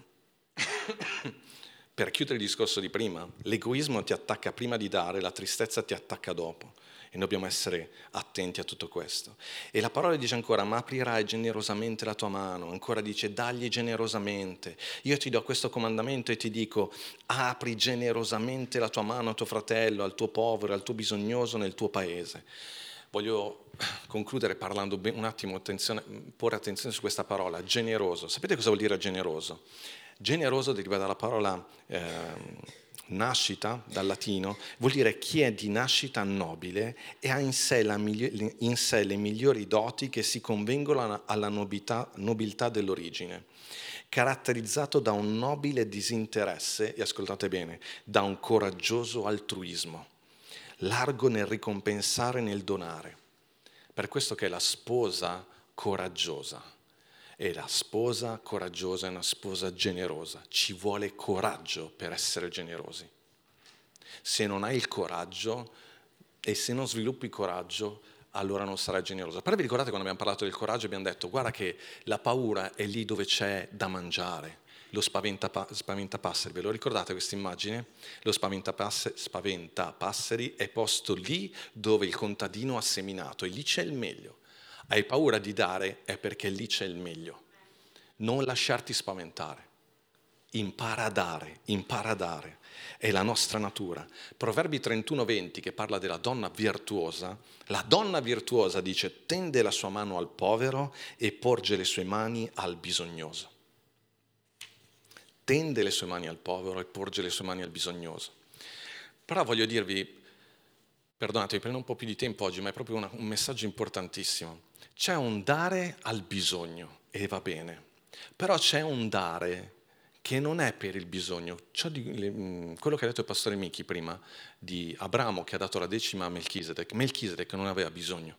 Per chiudere il discorso di prima, l'egoismo ti attacca prima di dare, la tristezza ti attacca dopo. E dobbiamo essere attenti a tutto questo. E la parola dice ancora: ma aprirai generosamente la tua mano. Ancora dice: dagli generosamente. Io ti do questo comandamento e ti dico: apri generosamente la tua mano a tuo fratello, al tuo povero, al tuo bisognoso nel tuo paese. voglio concludere parlando un attimo, attenzione, porre attenzione su questa parola, generoso. Sapete cosa vuol dire generoso? Generoso deriva dalla parola eh, nascita, dal latino, vuol dire chi è di nascita nobile e ha in sé, la migli- in sé le migliori doti che si convengono alla nobiltà, nobiltà dell'origine, caratterizzato da un nobile disinteresse, e ascoltate bene, da un coraggioso altruismo, largo nel ricompensare e nel donare. Per questo che è la sposa coraggiosa. E la sposa coraggiosa è una sposa generosa. Ci vuole coraggio per essere generosi. Se non hai il coraggio e se non sviluppi coraggio, allora non sarai generosa. Però vi ricordate quando abbiamo parlato del coraggio abbiamo detto guarda che la paura è lì dove c'è da mangiare. Lo spaventa, spaventapasseri, ve lo ricordate questa immagine? Lo spaventapasseri, spaventapasseri è posto lì dove il contadino ha seminato e lì c'è il meglio. Hai paura di dare è perché lì c'è il meglio. Non lasciarti spaventare. Impara a dare, impara a dare. È la nostra natura. Proverbi trentuno venti che parla della donna virtuosa. La donna virtuosa dice tende la sua mano al povero e porge le sue mani al bisognoso. Tende le sue mani al povero e porge le sue mani al bisognoso. Però voglio dirvi, perdonatemi, prendo un po' più di tempo oggi, ma è proprio una, un messaggio importantissimo. C'è un dare al bisogno, e va bene, però c'è un dare che non è per il bisogno. C'è di, le, quello che ha detto il pastore Michi prima, di Abramo che ha dato la decima a Melchisedec. Melchisedec non aveva bisogno,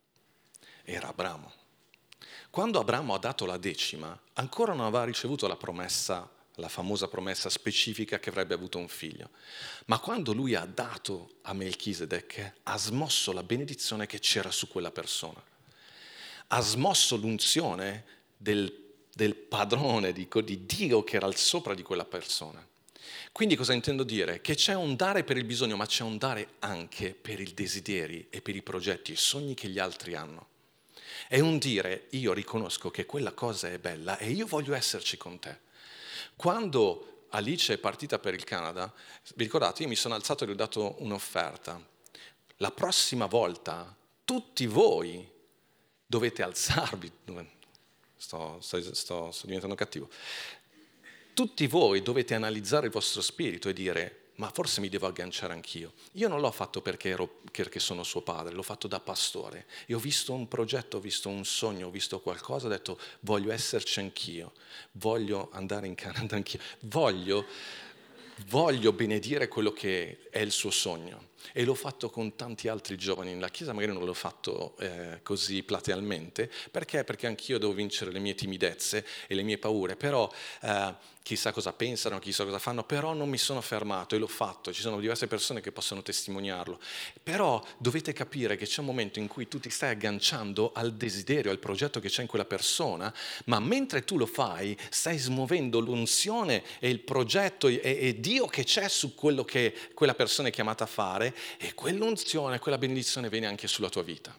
era Abramo. Quando Abramo ha dato la decima, ancora non aveva ricevuto la promessa, la famosa promessa specifica che avrebbe avuto un figlio. Ma quando lui ha dato a Melchisedec, ha smosso la benedizione che c'era su quella persona. Ha smosso l'unzione del, del padrone, di, di Dio che era al sopra di quella persona. Quindi cosa intendo dire? Che c'è un dare per il bisogno, ma c'è un dare anche per i desideri e per i progetti, i sogni che gli altri hanno. È un dire, io riconosco che quella cosa è bella e io voglio esserci con te. Quando Alice è partita per il Canada, vi ricordate, io mi sono alzato e gli ho dato un'offerta. La prossima volta tutti voi dovete alzarvi, sto, sto, sto, sto diventando cattivo, tutti voi dovete analizzare il vostro spirito e dire ma forse mi devo agganciare anch'io. Io non l'ho fatto perché, ero, perché sono suo padre, l'ho fatto da pastore. E ho visto un progetto, ho visto un sogno, ho visto qualcosa, ho detto voglio esserci anch'io, voglio andare in Canada anch'io, voglio, voglio benedire quello che è il suo sogno. E l'ho fatto con tanti altri giovani nella Chiesa, magari non l'ho fatto eh, così platealmente, perché? Perché anch'io devo vincere le mie timidezze e le mie paure, però eh, chissà cosa pensano, chissà cosa fanno, però non mi sono fermato e l'ho fatto, ci sono diverse persone che possono testimoniarlo, però dovete capire che c'è un momento in cui tu ti stai agganciando al desiderio, al progetto che c'è in quella persona, ma mentre tu lo fai stai smuovendo l'unzione e il progetto e, e Dio che c'è su quello che quella persona è chiamata a fare, e quell'unzione, quella benedizione viene anche sulla tua vita.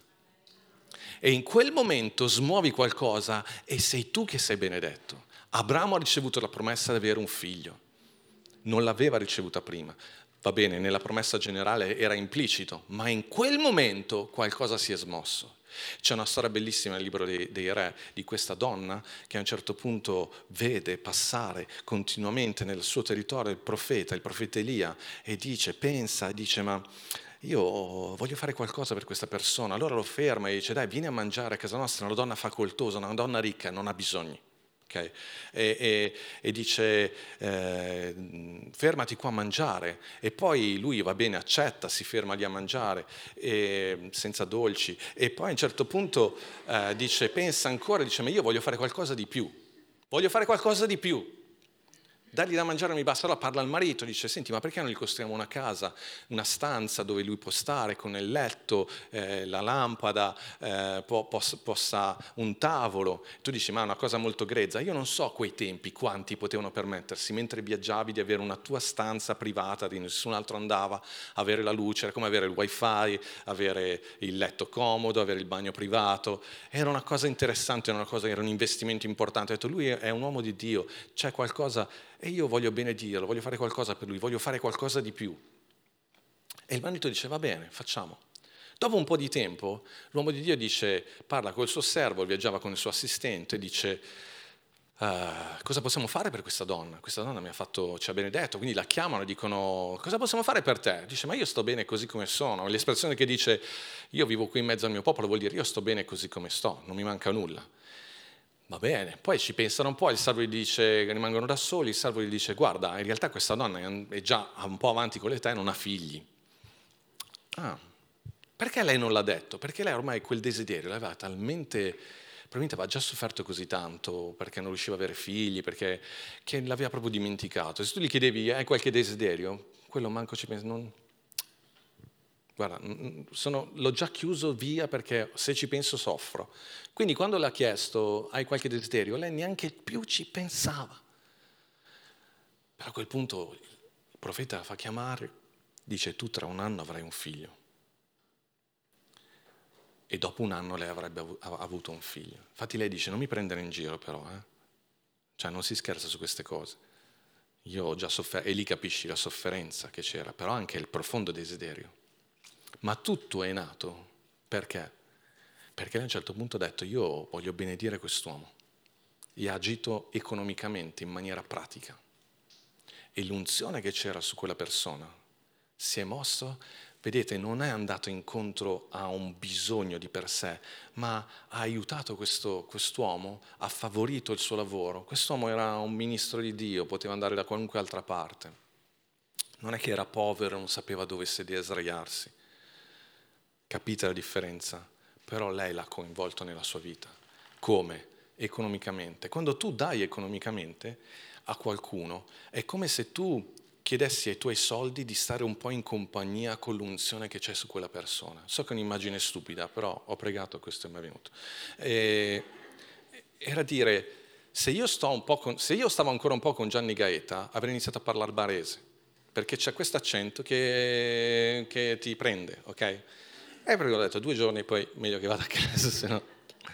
E in quel momento smuovi qualcosa e sei tu che sei benedetto. Abramo ha ricevuto la promessa di avere un figlio, non l'aveva ricevuta prima. Va bene, nella promessa generale era implicito, ma in quel momento qualcosa si è smosso. C'è una storia bellissima nel libro dei, dei re di questa donna che a un certo punto vede passare continuamente nel suo territorio il profeta, il profeta Elia, e dice, pensa, e dice ma io voglio fare qualcosa per questa persona. Allora lo ferma e dice dai vieni a mangiare a casa nostra, una donna facoltosa, una donna ricca, non ha bisogni. Okay. E, e, e dice eh, fermati qua a mangiare, e poi lui va bene, accetta, si ferma lì a mangiare e, senza dolci, e poi a un certo punto eh, dice pensa ancora, dice ma io voglio fare qualcosa di più, voglio fare qualcosa di più. Dargli da mangiare non mi basta, allora parla al marito, dice senti ma perché non gli costruiamo una casa, una stanza dove lui può stare con il letto, eh, la lampada, eh, po- possa, possa un tavolo. Tu dici ma è una cosa molto grezza, io non so a quei tempi quanti potevano permettersi mentre viaggiavi di avere una tua stanza privata, di nessun altro andava, avere la luce, era come avere il wifi, avere il letto comodo, avere il bagno privato, era una cosa interessante, era, una cosa, era un investimento importante. Ho detto lui è un uomo di Dio, c'è qualcosa e io voglio benedirlo, voglio fare qualcosa per lui, voglio fare qualcosa di più. E il marito dice, va bene, facciamo. Dopo un po' di tempo, l'uomo di Dio dice, parla col suo servo, viaggiava con il suo assistente, e dice, Uh, cosa possiamo fare per questa donna? Questa donna mi ha fatto, ci ha benedetto, quindi la chiamano e dicono, cosa possiamo fare per te? Dice, ma io sto bene così come sono. L'espressione che dice, io vivo qui in mezzo al mio popolo, vuol dire io sto bene così come sto, non mi manca nulla. Va bene, poi ci pensano un po', il servo gli dice, rimangono da soli, il servo gli dice, guarda, in realtà questa donna è già un po' avanti con l'età e non ha figli. Ah, perché lei non l'ha detto? Perché lei ormai quel desiderio l'aveva talmente... probabilmente aveva già sofferto così tanto perché non riusciva ad avere figli, perché che l'aveva proprio dimenticato. Se tu gli chiedevi, hai qualche desiderio? Quello manco ci pensa. Non... Guarda, sono, l'ho già chiuso via perché se ci penso soffro. Quindi quando le ha chiesto, hai qualche desiderio? Lei neanche più ci pensava. Però a quel punto il profeta la fa chiamare, dice, tu tra un anno avrai un figlio. E dopo un anno lei avrebbe avuto un figlio. Infatti lei dice, non mi prendere in giro però, eh? Cioè non si scherza su queste cose. Io ho già sofferto, e lì capisci la sofferenza che c'era, però anche il profondo desiderio. Ma tutto è nato, perché? Perché a un certo punto ha detto, io voglio benedire quest'uomo. E ha agito economicamente, in maniera pratica. E l'unzione che c'era su quella persona si è mosso. Vedete, non è andato incontro a un bisogno di per sé, ma ha aiutato questo, quest'uomo, ha favorito il suo lavoro. Quest'uomo era un ministro di Dio, poteva andare da qualunque altra parte. Non è che era povero, non sapeva dove sedere e sdraiarsi. Capite la differenza? Però lei l'ha coinvolto nella sua vita. Come? Economicamente. Quando tu dai economicamente a qualcuno, è come se tu chiedessi ai tuoi soldi di stare un po' in compagnia con l'unzione che c'è su quella persona. So che è un'immagine stupida, però ho pregato, questo è mai venuto. E, era dire, se io, sto un po' con, se io stavo ancora un po' con Gianni Gaeta, avrei iniziato a parlare barese, perché c'è questo accento che, che ti prende, ok? E perché ho detto, due giorni poi meglio che vada a casa, se no...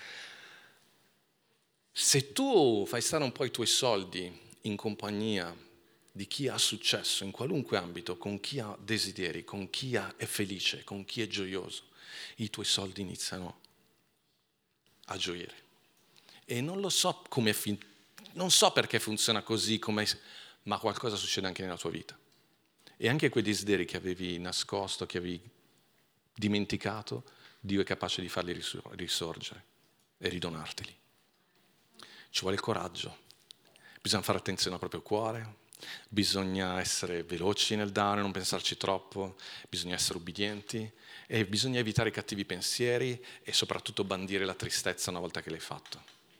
Se tu fai stare un po' i tuoi soldi in compagnia di chi ha successo in qualunque ambito, con chi ha desideri, con chi è felice, con chi è gioioso, i tuoi soldi iniziano a gioire. E non lo so come, fin- non so perché funziona così, come, ma qualcosa succede anche nella tua vita. E anche quei desideri che avevi nascosto, che avevi dimenticato, Dio è capace di farli risorgere e ridonarteli. Ci vuole il coraggio, bisogna fare attenzione al proprio cuore, bisogna essere veloci nel dare, non pensarci troppo, bisogna essere ubbidienti e bisogna evitare i cattivi pensieri e soprattutto bandire la tristezza una volta che l'hai fatto.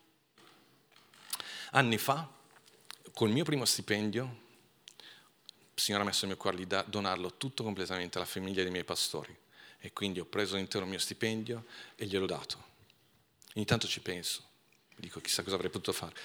Anni fa, col mio primo stipendio, il Signore ha messo nel mio cuore di donarlo tutto completamente alla famiglia dei miei pastori e quindi ho preso l'intero mio stipendio e gliel'ho dato. Ogni tanto ci penso, dico chissà cosa avrei potuto fare.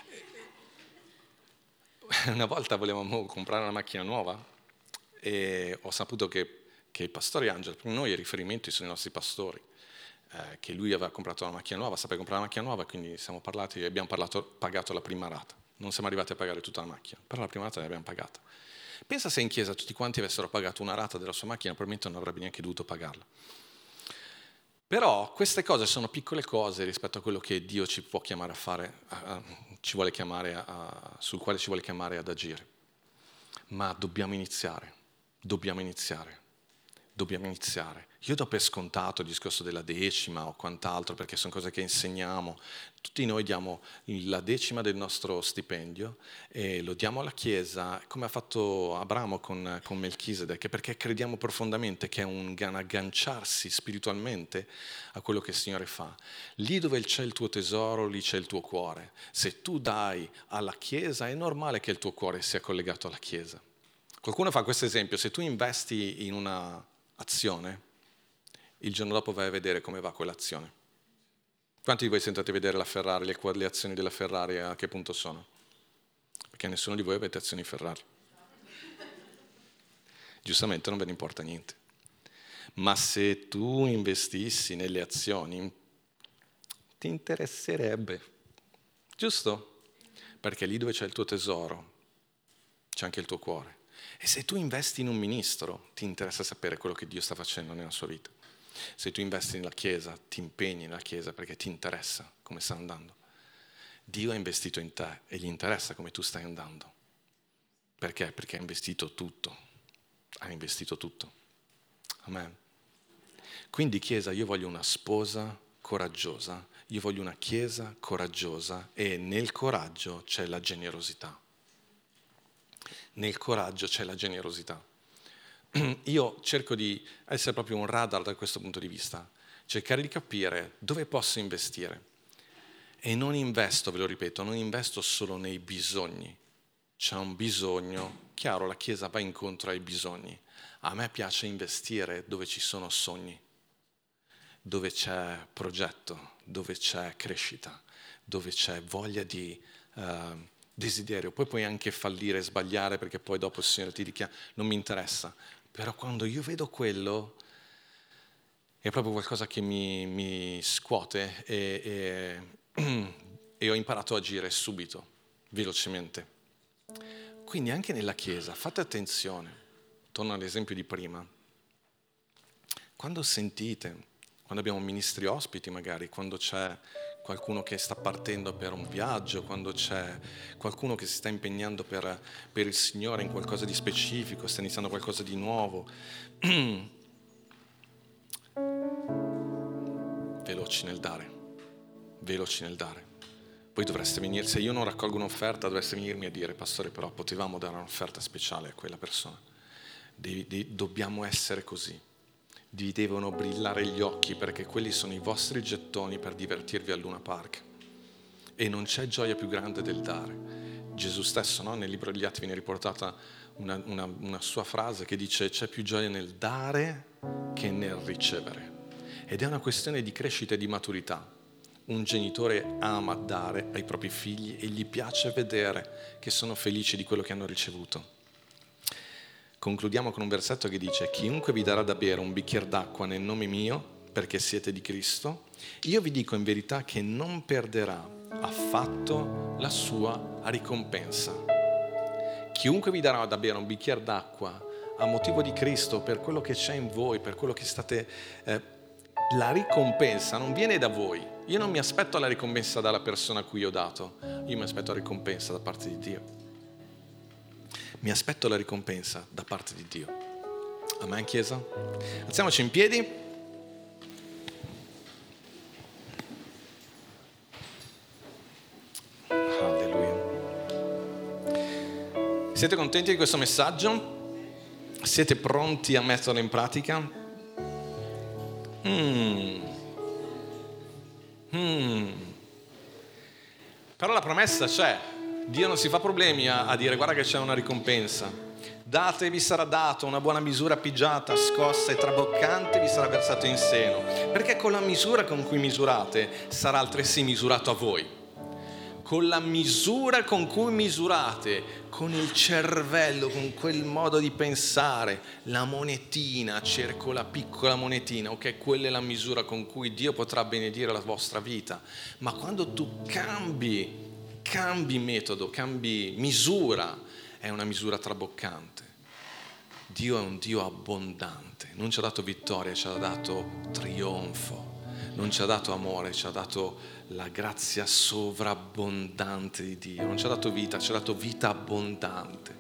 Una volta volevamo comprare una macchina nuova e ho saputo che, che il pastore Angelo, per noi i riferimenti sono i nostri pastori, eh, che lui aveva comprato una macchina nuova, sapeva comprare una macchina nuova, quindi siamo parlati e abbiamo parlato, pagato la prima rata. Non siamo arrivati a pagare tutta la macchina, però la prima rata l'abbiamo pagata. Pensa se in chiesa tutti quanti avessero pagato una rata della sua macchina, probabilmente non avrebbe neanche dovuto pagarla. Però queste cose sono piccole cose rispetto a quello che Dio ci può chiamare a fare, a, ci vuole chiamare a, sul quale ci vuole chiamare ad agire. Ma dobbiamo iniziare, dobbiamo iniziare, dobbiamo iniziare. Io do per scontato il discorso della decima o quant'altro, perché sono cose che insegniamo. Tutti noi diamo la decima del nostro stipendio e lo diamo alla Chiesa, come ha fatto Abramo con, con Melchisedec, perché crediamo profondamente che è un agganciarsi spiritualmente a quello che il Signore fa. Lì dove c'è il tuo tesoro, lì c'è il tuo cuore. Se tu dai alla Chiesa, è normale che il tuo cuore sia collegato alla Chiesa. Qualcuno fa questo esempio: se tu investi in una azione, il giorno dopo vai a vedere come va quell'azione. Quanti di voi sentate vedere la Ferrari, le, le azioni della Ferrari a che punto sono? Perché nessuno di voi avete azioni Ferrari. Giustamente non ve ne importa niente. Ma se tu investissi nelle azioni, ti interesserebbe, giusto? Perché lì dove c'è il tuo tesoro, c'è anche il tuo cuore. E se tu investi in un ministro, ti interessa sapere quello che Dio sta facendo nella sua vita. Se tu investi nella Chiesa, ti impegni nella Chiesa perché ti interessa come sta andando. Dio ha investito in te e gli interessa come tu stai andando. Perché? Perché ha investito tutto. Ha investito tutto. Amen. Quindi Chiesa, io voglio una sposa coraggiosa, io voglio una Chiesa coraggiosa e nel coraggio c'è la generosità. Nel coraggio c'è la generosità. Io cerco di essere proprio un radar da questo punto di vista, cercare di capire dove posso investire. E non investo, ve lo ripeto, non investo solo nei bisogni. C'è un bisogno, chiaro, la Chiesa va incontro ai bisogni. A me piace investire dove ci sono sogni, dove c'è progetto, dove c'è crescita, dove c'è voglia di uh, desiderio. Poi puoi anche fallire, sbagliare, perché poi dopo il Signore ti dichiara, non mi interessa. Però quando io vedo quello, è proprio qualcosa che mi, mi scuote e, e, e ho imparato a agire subito, velocemente. Quindi anche nella Chiesa, fate attenzione, torno all'esempio di prima, quando sentite, quando abbiamo ministri ospiti magari, quando c'è qualcuno che sta partendo per un viaggio, quando c'è qualcuno che si sta impegnando per, per il Signore in qualcosa di specifico, sta iniziando qualcosa di nuovo, veloci nel dare, veloci nel dare. Poi dovreste venire, se io non raccolgo un'offerta, dovreste venirmi a dire, pastore, però potevamo dare un'offerta speciale a quella persona. Devi, devi, dobbiamo essere così. Vi devono brillare gli occhi perché quelli sono i vostri gettoni per divertirvi al Luna Park. E non c'è gioia più grande del dare. Gesù stesso, no? Nel libro degli Atti viene riportata una, una, una sua frase che dice c'è più gioia nel dare che nel ricevere. Ed è una questione di crescita e di maturità. Un genitore ama dare ai propri figli e gli piace vedere che sono felici di quello che hanno ricevuto. Concludiamo con un versetto che dice: chiunque vi darà da bere un bicchiere d'acqua nel nome mio, perché siete di Cristo, io vi dico in verità che non perderà affatto la sua ricompensa. Chiunque vi darà da bere un bicchiere d'acqua a motivo di Cristo, per quello che c'è in voi, per quello che state... Eh, la ricompensa non viene da voi. Io non mi aspetto la ricompensa dalla persona a cui ho dato, io mi aspetto la ricompensa da parte di Dio. Mi aspetto la ricompensa da parte di Dio. Amen, Chiesa? Alziamoci in piedi. Alleluia. Siete contenti di questo messaggio? Siete pronti a metterlo in pratica? Mm. Mm. Però la promessa c'è. Dio non si fa problemi a, a dire guarda che c'è una ricompensa. Date vi sarà dato, una buona misura pigiata, scossa e traboccante vi sarà versato in seno. Perché con la misura con cui misurate sarà altresì misurato a voi. Con la misura con cui misurate, con il cervello, con quel modo di pensare, la monetina, cerco la piccola monetina, ok, quella è la misura con cui Dio potrà benedire la vostra vita. Ma quando tu cambi cambi metodo, cambi misura, è una misura traboccante. Dio è un Dio abbondante, non ci ha dato vittoria, ci ha dato trionfo, non ci ha dato amore, ci ha dato la grazia sovrabbondante di Dio, non ci ha dato vita, ci ha dato vita abbondante.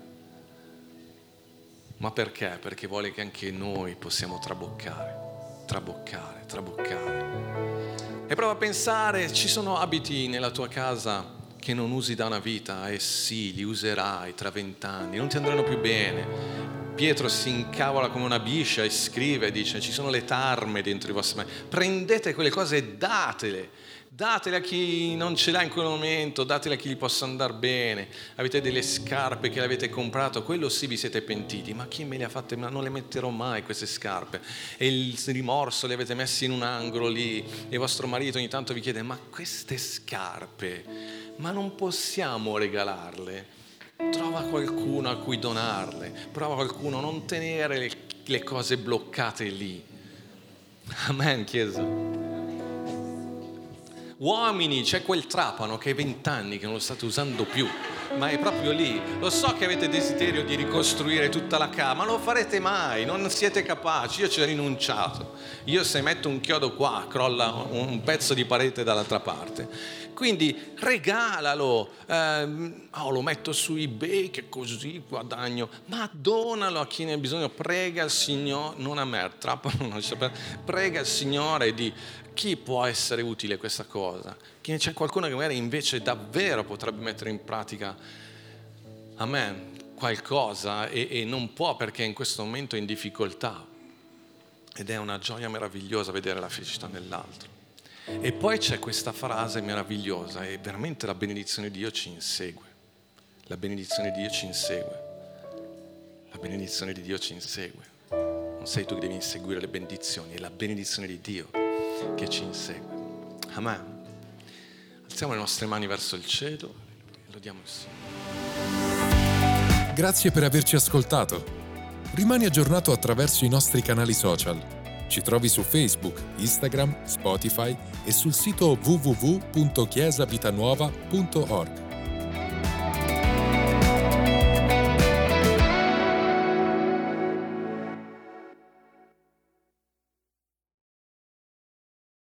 Ma perché? Perché vuole che anche noi possiamo traboccare, traboccare, traboccare. E prova a pensare, ci sono abiti nella tua casa che non usi da una vita, e sì, li userai tra vent'anni, non ti andranno più bene. Pietro si incavola come una biscia e scrive, dice, ci sono le tarme dentro i vostri mani. Prendete quelle cose e datele, datele a chi non ce l'ha in quel momento, datele a chi gli possa andare bene. Avete delle scarpe che avete comprato, quello sì vi siete pentiti, ma chi me le ha fatte? Ma non le metterò mai queste scarpe. E il rimorso le avete messe in un angolo lì, e vostro marito ogni tanto vi chiede, ma queste scarpe... ma non possiamo regalarle, trova qualcuno a cui donarle, prova qualcuno a non tenere le, le cose bloccate lì. Amen, Chiesa. Uomini, c'è quel trapano che è vent'anni che non lo state usando più, ma è proprio lì. Lo so che avete desiderio di ricostruire tutta la casa, ma non lo farete mai, non siete capaci. Io ci ho rinunciato. Io se metto un chiodo qua, crolla un pezzo di parete dall'altra parte. Quindi regalalo, eh, oh, lo metto su eBay che così guadagno, ma donalo a chi ne ha bisogno. Prega il Signore, non a me, trapano, non so, prega il Signore di chi può essere utile questa cosa. Che c'è qualcuno che magari invece davvero potrebbe mettere in pratica a me qualcosa e, e non può perché in questo momento è in difficoltà. Ed è una gioia meravigliosa vedere la felicità nell'altro. E poi c'è questa frase meravigliosa e veramente la benedizione di Dio ci insegue. La benedizione di Dio ci insegue. La benedizione di Dio ci insegue. Non sei tu che devi inseguire le benedizioni, è la benedizione di Dio che ci insegue. Amen. Alziamo le nostre mani verso il cielo e lodiamo il Signore. Grazie per averci ascoltato. Rimani aggiornato attraverso i nostri canali social. Ci trovi su Facebook, Instagram, Spotify e sul sito w w w punto chiesa vitanuova punto org.